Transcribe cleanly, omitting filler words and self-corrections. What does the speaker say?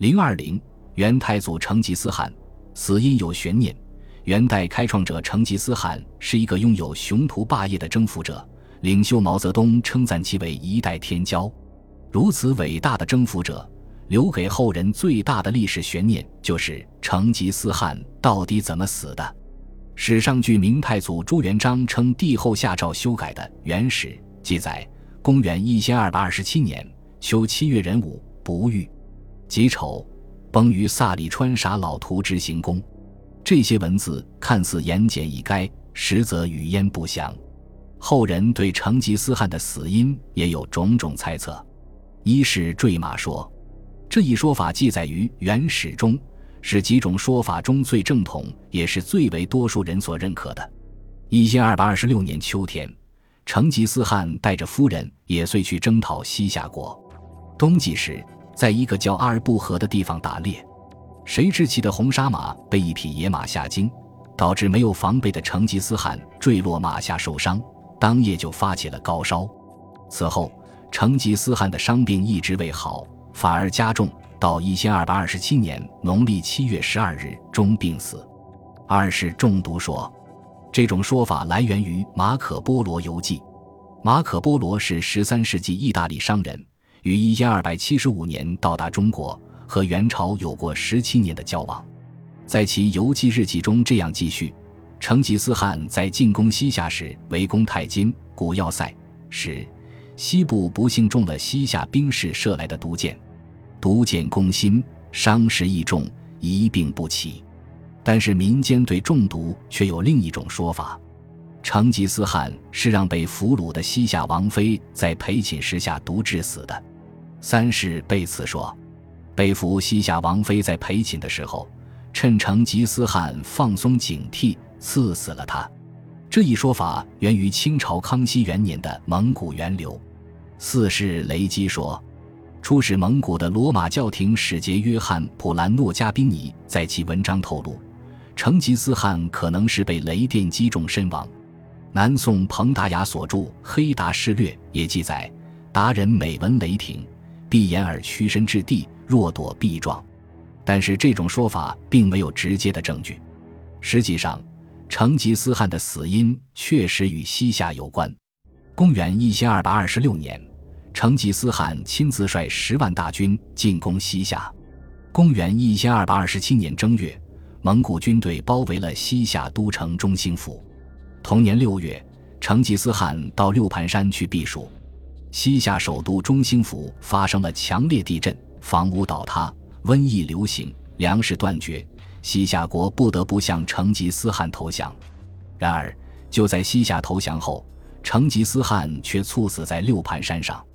020元太祖成吉思汗死因有悬念。元代开创者成吉思汗是一个拥有雄图霸业的征服者，领袖毛泽东称赞其为一代天骄。如此伟大的征服者，留给后人最大的历史悬念就是成吉思汗到底怎么死的。史上据明太祖朱元璋称帝后下诏修改的《元史》记载，公元1227年秋7月壬午，不遇，己丑，崩于萨里川傻老图之行宫。这些文字看似言简意赅，实则语焉不详。后人对成吉思汗的死因也有种种猜测。一是坠马说，这一说法记载于《元史》中，是几种说法中最正统，也是最为多数人所认可的。1226年秋天，成吉思汗带着夫人也遂去征讨西夏国。冬季时，在一个叫阿尔布河的地方打猎，谁知其的红纱马被一匹野马吓惊，导致没有防备的成吉思汗坠落马下受伤，当夜就发起了高烧。此后成吉思汗的伤病一直未好，反而加重，到1227年农历7月12日终病死。二是中毒说，这种说法来源于马可波罗游记。马可波罗是13世纪意大利商人，于1275年到达中国，和元朝有过17年的交往。在其游记日记中这样记叙，成吉思汗在进攻西夏时围攻太金、古要塞时，西部不幸中了西夏兵士射来的毒箭，毒箭攻心，伤势亦重，一病不起。但是民间对中毒却有另一种说法，成吉思汗是让被俘虏的西夏王妃在陪寝时下毒致死的。三是被刺说，被俘西夏王妃在陪寝的时候，趁成吉思汗放松警惕，刺死了他。这一说法源于清朝康熙元年的蒙古源流。四是雷击说，出使蒙古的罗马教廷使节约翰·普兰诺加宾尼在其文章透露，成吉思汗可能是被雷电击中身亡。南宋彭达雅所著《黑达事略》也记载，达人每闻雷霆，必掩耳屈身至地，若躲必撞。但是这种说法并没有直接的证据。实际上，成吉思汗的死因确实与西夏有关。公元1226年，成吉思汗亲自率10万大军进攻西夏。公元1227年正月，蒙古军队包围了西夏都城中兴府。同年6月，成吉思汗到六盘山去避暑。西夏首都中兴府发生了强烈地震，房屋倒塌，瘟疫流行，粮食断绝，西夏国不得不向成吉思汗投降。然而就在西夏投降后，成吉思汗却猝死在六盘山上。